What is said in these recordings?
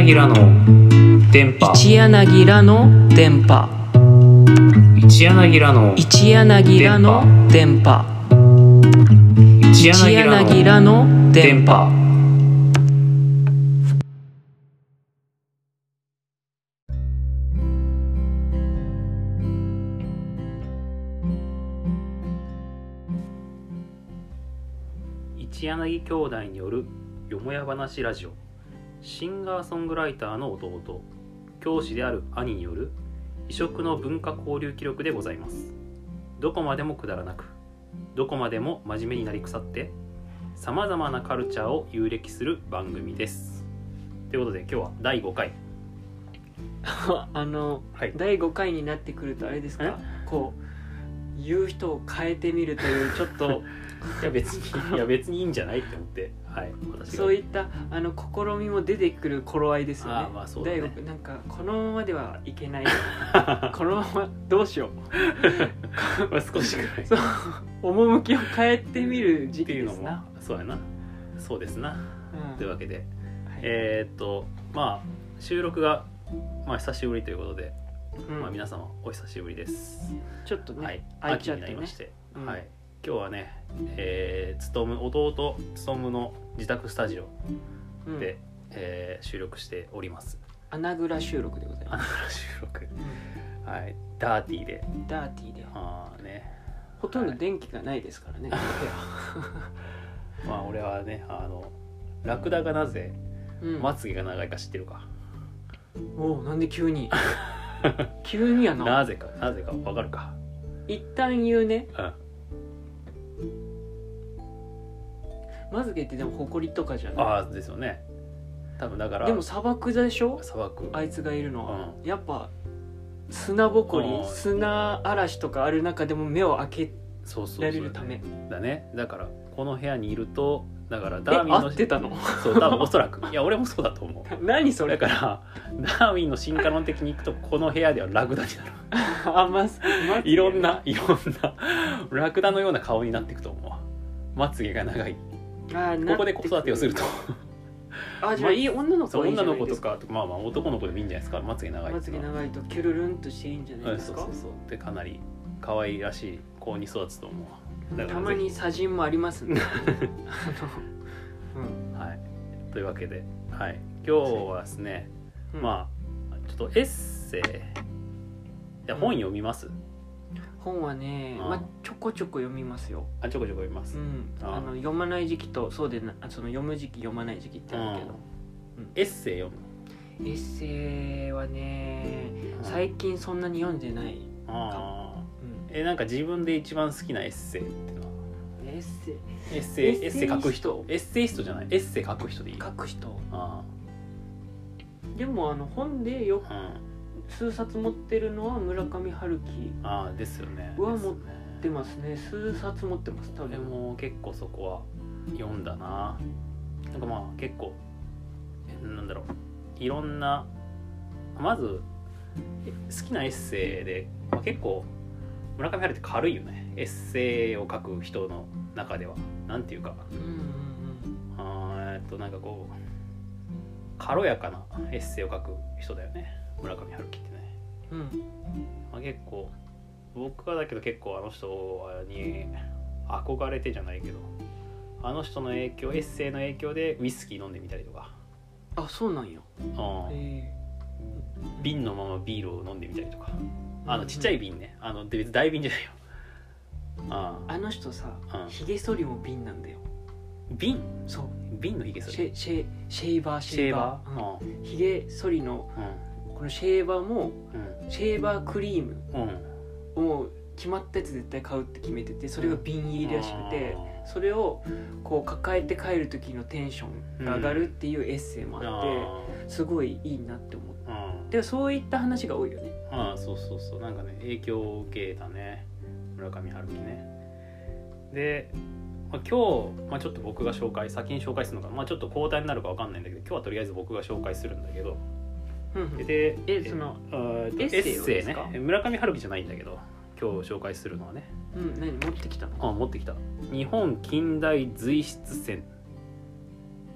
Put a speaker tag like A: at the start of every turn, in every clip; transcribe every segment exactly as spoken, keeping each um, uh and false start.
A: 柳らの電波
B: 一柳らの電波
A: 一柳らの
B: 一柳らの電波
A: 一
B: 一柳らの電波。
A: 一柳兄弟によるよもや話ラジオ。シンガーソングライターの弟、教師である兄による異色の文化交流記録でございます。どこまでもくだらなく、どこまでも真面目になり腐ってさまざまなカルチャーを遊歴する番組です。ということで今日はだいごかい
B: あの、はい、だいごかいになってくるとあれですか、こう言う人を変えてみるというちょっと
A: いや別にいや別にいいんじゃないって思って、はい、私が
B: そういったあの試みも出てくる頃合いですよね。
A: あ、まあそうだね。
B: なんかこのままではいけないこのままどうしよう
A: まあ少しくらい
B: そう趣を変えてみる時期ですな。
A: そうやな、そうですな、うん、というわけで、はい、えー、っとまあ収録がまあ久しぶりということで、うん、まあ皆様お久しぶりです。
B: ちょっとね、
A: はい、秋になりまして、うん、はい、今日はね、えー、つとむ弟つとむの自宅スタジオで、うん、えー、収録しております。
B: 穴蔵収録でございます。
A: 穴蔵収録、うん、はい、ダーティーで
B: ダーティーで、
A: あーね、
B: ほとんど電気がないですからね、はい、
A: まあ俺はね、あのラクダがなぜまつげが長いか知ってるか？
B: うん、おお、なんで急に急にやな。
A: なぜかなぜか分かるか？
B: 一旦言うね、
A: うん、
B: まつげってでもホコリとかじゃない？
A: ああですよね、多分。だから
B: でも砂漠でしょ、
A: 砂漠、
B: あいつがいるのは、うん、やっぱ砂ぼこり、
A: うん、
B: 砂嵐とかある中でも目を開けられるため
A: だね。だからこの部屋にいると、だからダーウィンの
B: 合ってたの？
A: そう多分おそらくいや俺もそうだと思う
B: 何それ？
A: だからダーウィンの進化論的にいくとこの部屋ではラクダになる
B: あ、ま、
A: いろんないろんなラクダのような顔になっていくと思う。まつげが長い、
B: あ、
A: ここで子育てをすると
B: あ、じゃあいい女の子はいいじゃないですか。
A: 女の子とか、まあまあ男の子でもいいんじゃないですか。まつげ長い
B: まつげ長いとキュルルンとしていいんじゃないですか。
A: そうそうそう。でかなり可愛らしい子に育つと思う。だから
B: たまに砂塵もありますね
A: うん、はい。というわけで、はい、今日はですね、うん、まあちょっとエッセイ、いや本読みます？
B: 本はね、まあ、ちょこちょこ読みますよ。
A: あ、ちょこちょこ読みます。
B: うん、あの読まない時期とそうでな、その読む時期読まない時期ってあるけど、
A: うん、エッセイ読む？
B: エッセイはね、最近そんなに読んでないかも。
A: あ、うん、え、なんか自分で一番好きなエッセイっていうのは？
B: エッセイ、
A: エッセイ、エッセイ書く人、エッセイストじゃない、エッセイ書く人でいい？
B: 書く人。
A: あ
B: でもあの本でよく、うん、数冊持ってるのは村上春樹。
A: ああ、ですよね。
B: は持ってますね。数冊持ってます。多分。
A: でも結構そこは読んだな。なんかまあ結構なんだろう、いろんな、まず好きなエッセイで、まあ、結構村上春樹って軽いよね。エッセイを書く人の中ではなんていうか、うんうんうん、あえっとなんかこう軽やかなエッセイを書く人だよね、村上春樹ってね。うん、まあ、結構僕はだけど結構あの人に憧れてじゃないけど、あの人の影響、エッセイの影響でウイスキー飲んでみたりとか。
B: あ、そうなんや。
A: あ、瓶のままビールを飲んでみたりとか、あのちっちゃい瓶ね、あので別に大瓶じゃないよ。あ,
B: あの人さ、うん、ヒゲ剃りも瓶なんだよ。
A: 瓶？
B: そう、
A: 瓶のヒゲ剃り。
B: シェシェシェーバーシェーバー、うん、ヒゲ剃りの、うん、このシェーバーも、うん、シェーバークリーム、うん、もう決まったやつ絶対買うって決めてて、それが瓶入りらしくて、うん、それをこう抱えて帰る時のテンションが上がるっていうエッセイもあって、うん、すごいいいなって思って、うん、でそういった話が多いよね。
A: ああ、そうそうそう、なんかね影響を受けたね、村上春樹ね。で、まあ、今日、まあ、ちょっと僕が紹介先に紹介するのか、まあ、ちょっと交代になるか分かんないんだけど、今日はとりあえず僕が紹介するんだけど、うん、で
B: えその
A: エッセイですか？村上春樹じゃないんだけど今日紹介するのはね、
B: うん、何持ってきたの？
A: あ、持ってきた。日本近代随筆選っ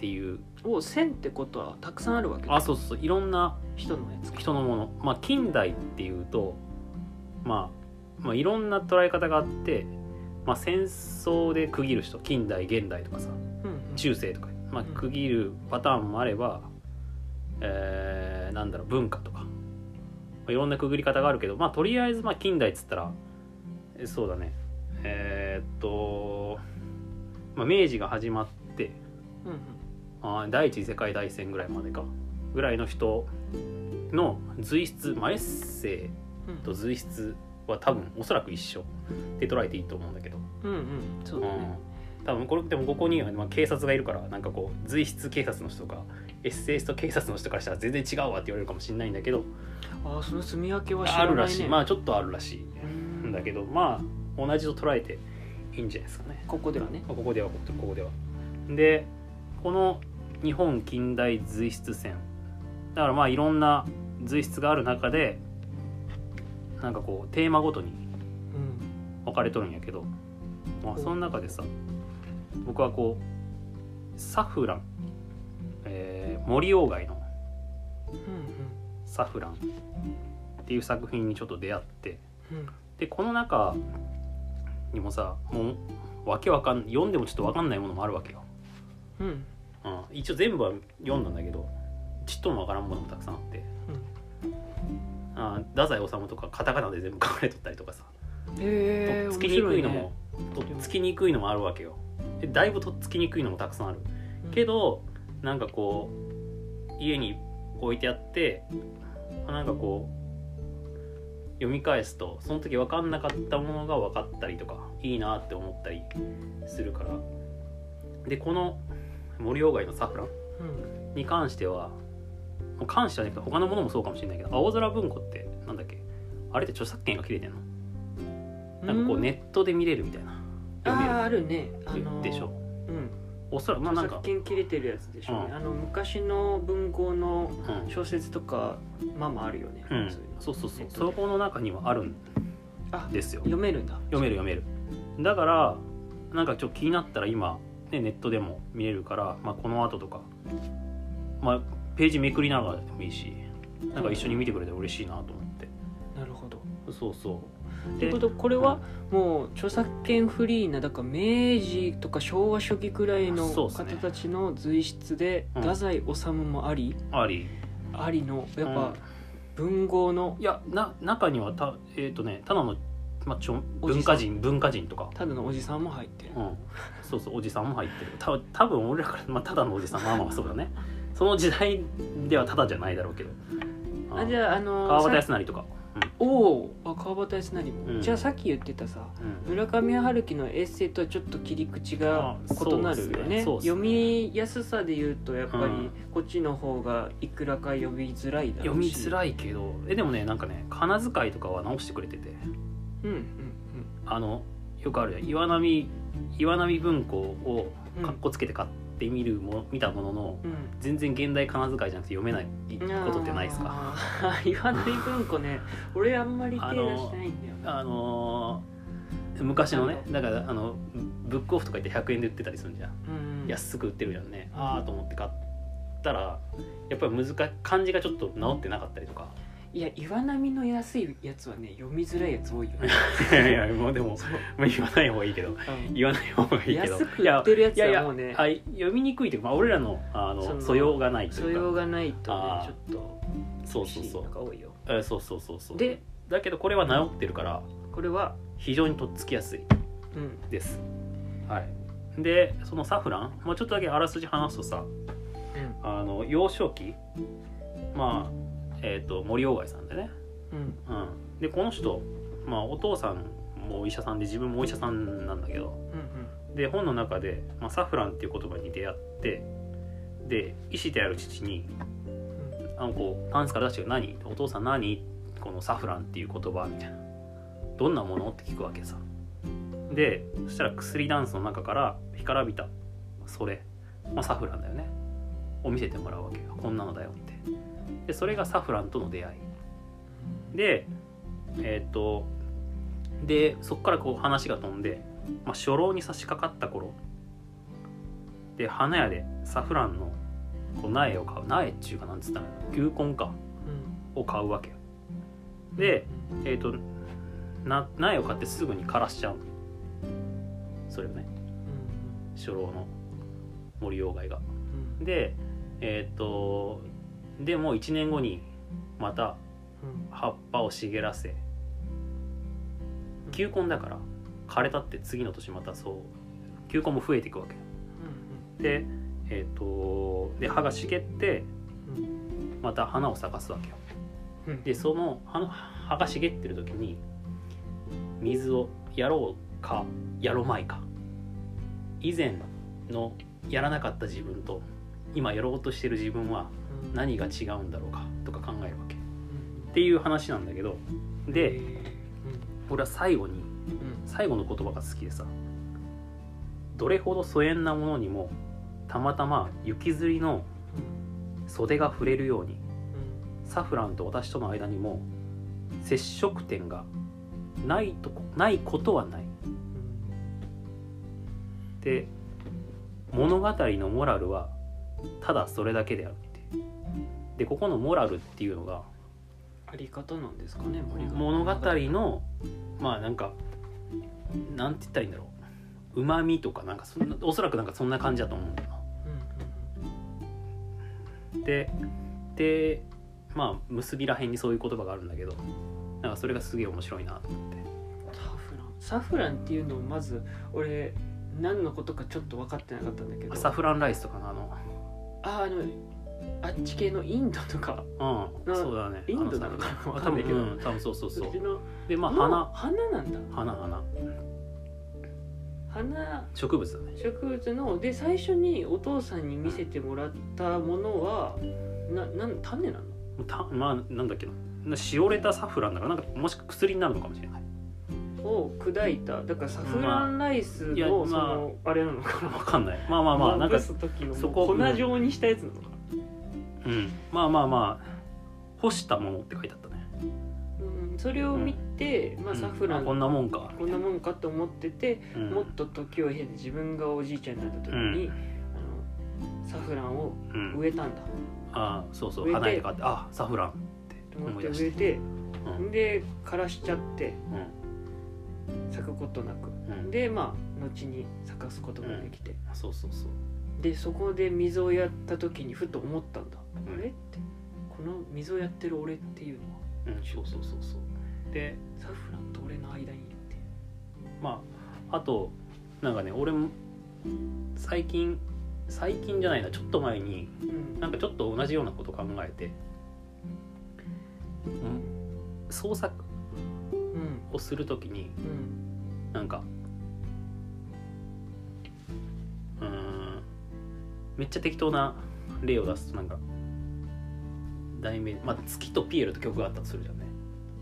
A: っていう
B: お線ってことはたくさんあるわけだ。
A: あそうそういろんな
B: 人のやつ
A: 人のもの、まあ、近代っていうと、まあ、まあいろんな捉え方があって、まあ、戦争で区切る人近代現代とかさ、
B: うんうん、
A: 中世とか、まあ、区切るパターンもあれば、えー、なんだろう文化とか、まあ、いろんな区切り方があるけど、まあ、とりあえずまあ近代っつったらえそうだねえー、っと、まあ、明治が始まって
B: うんうん、
A: あ第一次世界大戦ぐらいまでかぐらいの人の随筆、まあ、エッセイと随筆は多分おそらく一緒で捉えていいと思うんだけど、
B: うんうんそうだね、
A: うん、多分これでもここには、まあ、警察がいるからなんかこう随筆警察の人とかエッセイスト警察の人からしたら全然違うわって言われるかもしれないんだけど
B: ああその住み分けは知らないね。
A: あるらしいまあちょっとあるらしいんだけどまあ同じと捉えていいんじゃないですかね
B: ここではね、
A: ここではここではでこの日本近代随筆選だからまあいろんな随筆がある中でなんかこうテーマごとに分かれとるんやけど、まあ、その中でさ僕はこうサフラン、えー、森鴎外のサフランっていう作品にちょっと出会って、
B: うんうん、
A: でこの中にもさもうわけわかん読んでもちょっと分かんないものもあるわけよ、
B: うん
A: うん、一応全部は読んだんだけどちっとも分からんものもたくさんあって、うん、あ太宰治とかカタカナで全部書かれとったりとかさ、
B: へー、
A: とっつきにくいのも、
B: ね、
A: とっつきにくいのもあるわけよ。でだいぶとっつきにくいのもたくさんある、うん、けどなんかこう家に置いてあってなんかこう読み返すとその時分かんなかったものが分かったりとかいいなって思ったりするからでこの森鴎外のサフランに関しては関してはね他のものもそうかもしれないけど青空文庫ってなんだっけあれって著作権が切れてんのなんかこうネットで見れるみたいな
B: あああるね、あのー、
A: でしょ、
B: うん、
A: おそらくまあなんか
B: 著作権切れてるやつでしょうね、
A: うん、
B: あの昔の文豪の小説とか、うん、まあまああるよね、
A: うん、そうそうそうそこの中にはあるんですよ。
B: 読めるんだ。
A: 読める読めるだからなんかちょっと気になったら今、ね、ネットでも見れるから、まあ、この後とか、まあ、ページめくりながらでもいいしなんか一緒に見てくれて嬉しいなと思って、
B: うん、なるほど
A: そうそう
B: ということこれはもう著作権フリーなだから明治とか昭和初期くらいの方たちの随筆で太宰治もあり、
A: うん、あり
B: ありのやっぱ文豪の、
A: うん、いやな中にはたえっ、ー、とねただの、まあ、ちょ文化人文化人とか
B: ただのおじさんも入ってる、
A: うん、そうそうおじさんも入ってるた多分俺らから、まあ、ただのおじさんまあまあそうだねその時代ではただじゃないだろうけど
B: あじゃああのー、
A: 川端康成とか
B: うん、おお川端康成も、うん、じゃあさっき言ってたさ、うん、村上春樹のエッセイとはちょっと切り口が異なるよね、ねね、読みやすさで言うとやっぱりこっちの方がいくらか読みづらいだろうし、
A: 読みづらいけどえでもねなんかね仮名遣いとかは直してくれてて
B: うんうんうん
A: あのよくあるやん岩波岩波文庫をカッコつけて買ってみるも見たものの、うん、全然現代仮名遣いじゃなくて読めないことってないですか。
B: 岩波文庫ね俺あんまり手出してないんだよ
A: あの、あのー、昔のねだからあのブックオフとか行ってひゃくえんで売ってたりするんじゃん、うん、安く売ってるやんねああと思って買ったらやっぱり難漢字がちょっと直ってなかったりとか
B: いや岩波の安いやつはね読みづらいやつ多いよね
A: いやいやもうでもまあ、言わない方がいいけど、うん、言わない方がいいけど
B: 安く売ってるやつはもうね
A: いやいやいや読みにくいというか、まあ、俺らのあの素養がないというか
B: 素養がないとねちょっと
A: そうそうそう
B: のが多いよ
A: えそうそうそうそう
B: で
A: だけどこれは直ってるから
B: これは
A: 非常にとっつきやすいです、うん、はいでそのサフラン、まあ、ちょっとだけあらすじ話すとさ、うん、あの幼少期まあえーと森鴎外さんでねうんうん、でこの人、まあ、お父さんもお医者さんで自分もお医者さんなんだけど、うんうん、で本の中で、まあ、サフランっていう言葉に出会ってで医師である父に、うん、あのこうタンスから出して何お父さん何このサフランっていう言葉みたいなどんなものって聞くわけさでそしたら薬ダンスの中から干からびたそれ、まあ、サフランだよねを見せてもらうわけよこんなのだよってでそれがサフランとの出会いでえっとでそこからこう話が飛んで、まあ、初老に差し掛かった頃で花屋でサフランのこう苗を買う、苗っちゅうかなんつったら球根か、うん、を買うわけよ。で、えっ、ー、とな苗を買ってすぐに枯らしちゃうそれをね、うん、初老の森鴎外が、うん、でえっ、ー、とでもいちねんごにまた葉っぱを茂らせ、球根だから枯れたって次の年またそう球根も増えていくわけ、うん、でえっ、ー、とで葉が茂ってまた花を咲かすわけよ、うん、でその葉, 葉が茂ってる時に水をやろうかやろまいか、以前のやらなかった自分と今やろうとしてる自分は何が違うんだろうかとか考えるわけ、うん、っていう話なんだけど、で、うん、俺は最後に、うん、最後の言葉が好きでさ、どれほど疎遠なものにもたまたま雪吊りの袖が触れるように、うん、サフランと私との間にも接触点がないとこないことはない、うん、で物語のモラルはただそれだけであるっていう。でここのモラルっていうのが
B: あり方なんですかね。
A: 物語のまあなんかなんて言ったらいいんだろう、うまみとかなんかそんな、おそらくなんかそんな感じだと思うんだよな、うんうん、ででまあ結びらへんにそういう言葉があるんだけど、なんかそれがすげえ面白いなと思って。
B: サフランサフランっていうのをまず俺何のことかちょっと分かってなかったんだけど、
A: サフランライスとかのあの
B: ああのあっち系のインドとか、
A: うん、そうだね。
B: インドなのかな分かんないけど、
A: 多分、うん、多分そうそうそう。
B: でまあ花花なんだ。
A: 花花。
B: 花
A: 植物だね。
B: 植物ので最初にお父さんに見せてもらったものはななん種なの？
A: たまあなんだっけな、しおれたサフランだからなんかもしくは薬になるのかもしれない。
B: を砕いただからサフランライスの、まあ、そのあれなのかな、
A: 分かんない。まあまあまあなんか
B: そこ粉状にしたやつなのか
A: な、うん、うん、まあまあまあ干したものって書いてあったね、
B: うん、それを見て、うん、まあ、サフラン、
A: うん、こんなもんか
B: こんなもんかと思ってて、うん、もっと時を経て自分がおじいちゃんになった時に、うん、あのサフランを植えたんだ、
A: うん、ああそうそう花で買ってあサフランって
B: 思い出して植えて、うん、で枯らしちゃって、うん、咲くことなく、うん、でまあ後に咲かすことができて、
A: うん、そうそうそう
B: でそこで水をやった時にふと思ったんだ、うん、あれってこの水をやってる俺っていうのは、
A: うん、そうそうそうそうで
B: サフランと俺の間にって
A: まああとなんかね俺も最近最近じゃないなちょっと前に、うん、なんかちょっと同じようなこと考えて、うん、創作をするときに、うん、なんかうーんめっちゃ適当な例を出すとなんか題名、まあ、月とピエロと曲があったとするじゃんね、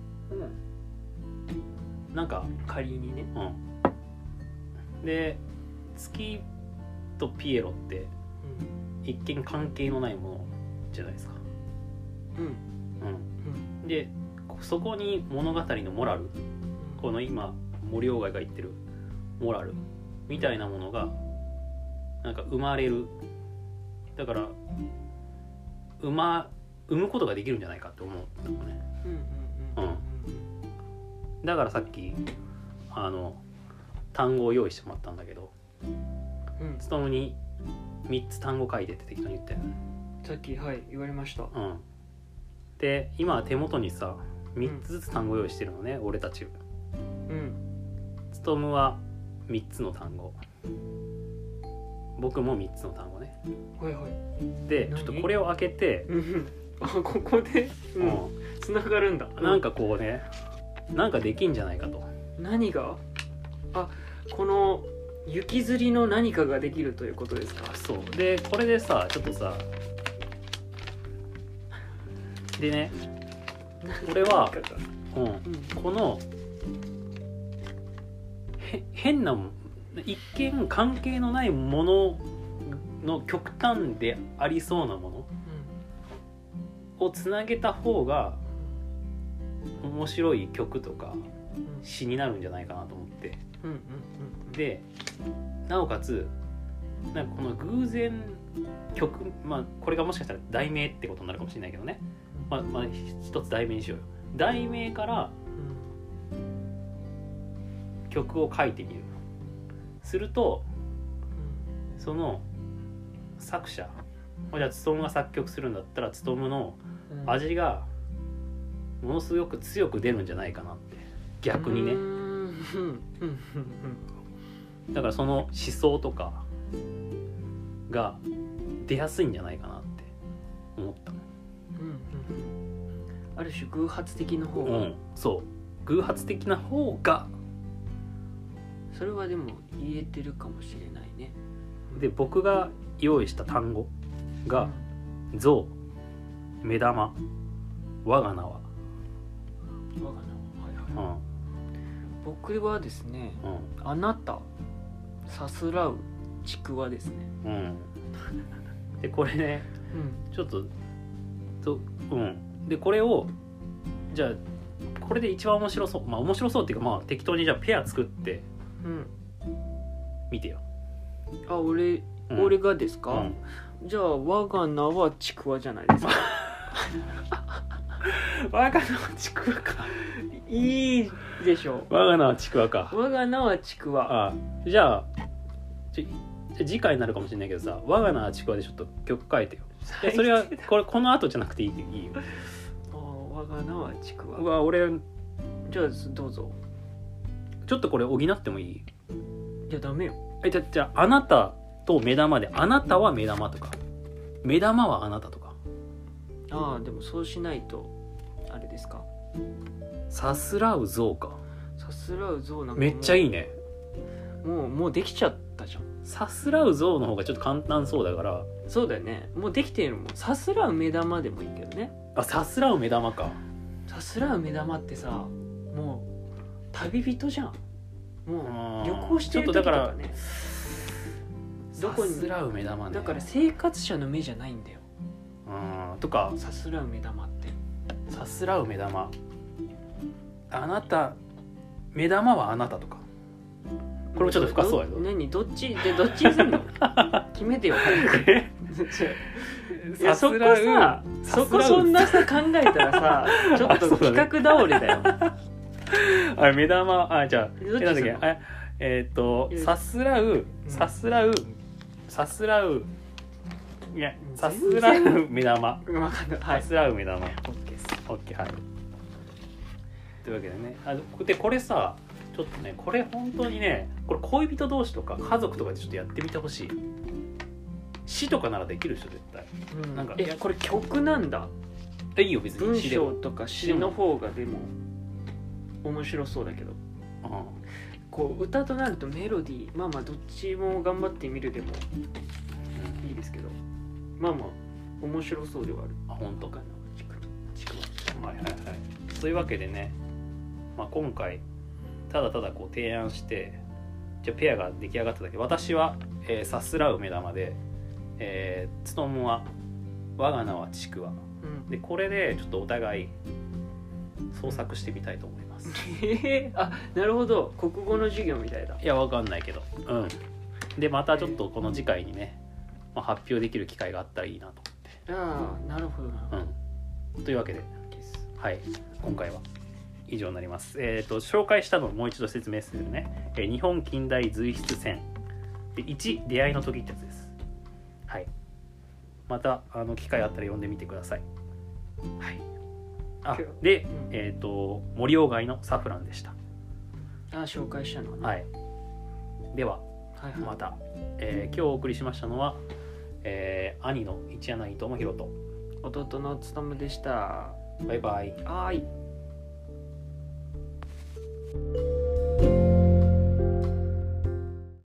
A: うん、なんか
B: 仮にね、
A: うん、で月とピエロって一見関係のないものじゃないですか、うんうんうん、でそこに物語のモラル、この今森鴎外が言ってるモラルみたいなものがなんか生まれる、だから生ま生むことができるんじゃないかって思ったのね、うんうんうんうん、だからさっきあの単語を用意してもらったんだけど、うん、つとむにみっつ単語書いてって適当に言ったよね。
B: さっきはい言われました、うん、
A: で今手元にさみっつずつ単語用意してるのね、うん、俺たち。うん。つとむはみっつの単語、僕もみっつの単語ね。
B: はいはい。
A: でちょっとこれを開けて
B: あここで、うん、つながるんだ。
A: なんかこうねなんかできんじゃないかと。
B: 何があこの雪吊りの何かができるということですか。
A: そうでこれでさちょっとさでね俺は、うん、このへ変な一見関係のないものの極端でありそうなものをつなげた方が面白い曲とか詩になるんじゃないかなと思って、でなおかつなんかこの偶然曲、まあこれがもしかしたら題名ってことになるかもしれないけどね、まあ、まあ一つ題名にしようよ。題名から曲を書いてみる。するとその作者、じゃあつとむが作曲するんだったらつとむの味がものすごく強く出るんじゃないかなって、逆にね。だからその思想とかが出やすいんじゃないかなって思った。
B: うんうん、ある種偶発的な方が、
A: うん、そう偶発的な方が
B: それはでも言えてるかもしれないね。
A: で僕が用意した単語が、うん、象、目玉、我が名は。
B: 我が名は、はいはい、うん、僕はですね、うん、あなた、さすらう、ちくわですね。うん。
A: でこれね、うん、ちょっととうんでこれをじゃあこれで一番面白そう、まあ面白そうっていうか、まあ適当にじゃあペア作って見てよ。
B: あ、俺、うん、俺がですか、うん、じゃあ我が名はちくわじゃないですか。
A: 我が名はちくわか。
B: いいでしょう。
A: 我が名はちくわか。
B: 我が名はちくわ。
A: ああ、じゃあじゃあ次回になるかもしれないけどさ、我が名はちくわでちょっと曲書いてよ。いやそれはこれこの後じゃなくていい、いいよ。
B: あ、我が名はちくわ。
A: うわ、俺
B: じゃあどうぞ。
A: ちょっとこれ補ってもいい？
B: いやダメよ。
A: え、じゃじゃああなたと目玉で、あなたは目玉とか、目玉はあなたとか。
B: ああ、でもそうしないとあれですか。
A: さすらう象か。
B: さすらう象なんか
A: めっちゃいいね。
B: もうもうできちゃったじゃん。
A: さすらう象の方がちょっと簡単そうだから。
B: そうだよね。もうできてるもん。さすらう目玉でもいいけどね。
A: あ、さすらう目玉か。
B: さすらう目玉ってさ、もう旅人じゃん。もう旅行してる時とかね。
A: どこにさすらう目玉ね。
B: だから生活者の目じゃないんだよ。
A: うん、とか
B: さすらう目玉って。
A: さすらう目玉。あなた、目玉はあなたとか。これもちょっと深そうやぞ。
B: 何どっちでどっちにすんの？決めてよ早く。いやそこさ、そこそんなさ考えたらさ、ちょっと企画倒れだよ。
A: あれ目玉、あ、じゃあえなんだっけ、あえっ、ー、とさすらうさすらうさすらういやさすらう目玉。さすらう目玉。オッケーです。オッケー、はい。というわけでね、あでこれさ。ちょっとね、これ本当にね、これ恋人同士とか家族とかでちょっとやってみてほしい。詩とかならできるでしょ絶対、
B: うん、なんかえこれ曲なんだ。
A: いいよ別に。
B: 文章とか詩の方がでも面白そうだけど、うん、こう歌となるとメロディー、まあまあどっちも頑張ってみるでもいいですけど、まあまあ面白そうではある。
A: あ、本当かな。はいはいはい。そういうわけでね、まあ、今回ただただこう提案して、じゃあペアが出来上がっただけ。私は、えー、さすらう目玉で、えー、つとむは我が名はちくわ、うん、でこれでちょっとお互い創作してみたいと思います。
B: えー、あ、なるほど。国語の授業みたいだ。
A: いやわかんないけど、うん。でまたちょっとこの次回にね、まあ、発表できる機会があったらいいなと思って。
B: ああ、なるほどな。
A: うん。というわけで、はい、今回は以上になります。えーと、紹介したのをもう一度説明するね。えー、日本近代随筆選でいち、出会いの時ってやつです。はい。またあの機会あったら読んでみてください。はい。あ、で、えーと、森鴎外のサフランでした。
B: あ、紹介したのね。
A: はい。では、はいはい、また、えー、今日お送りしましたのは、えー、兄の一柳智弘と
B: 弟のつとむでした。
A: バイバイ。
B: はい。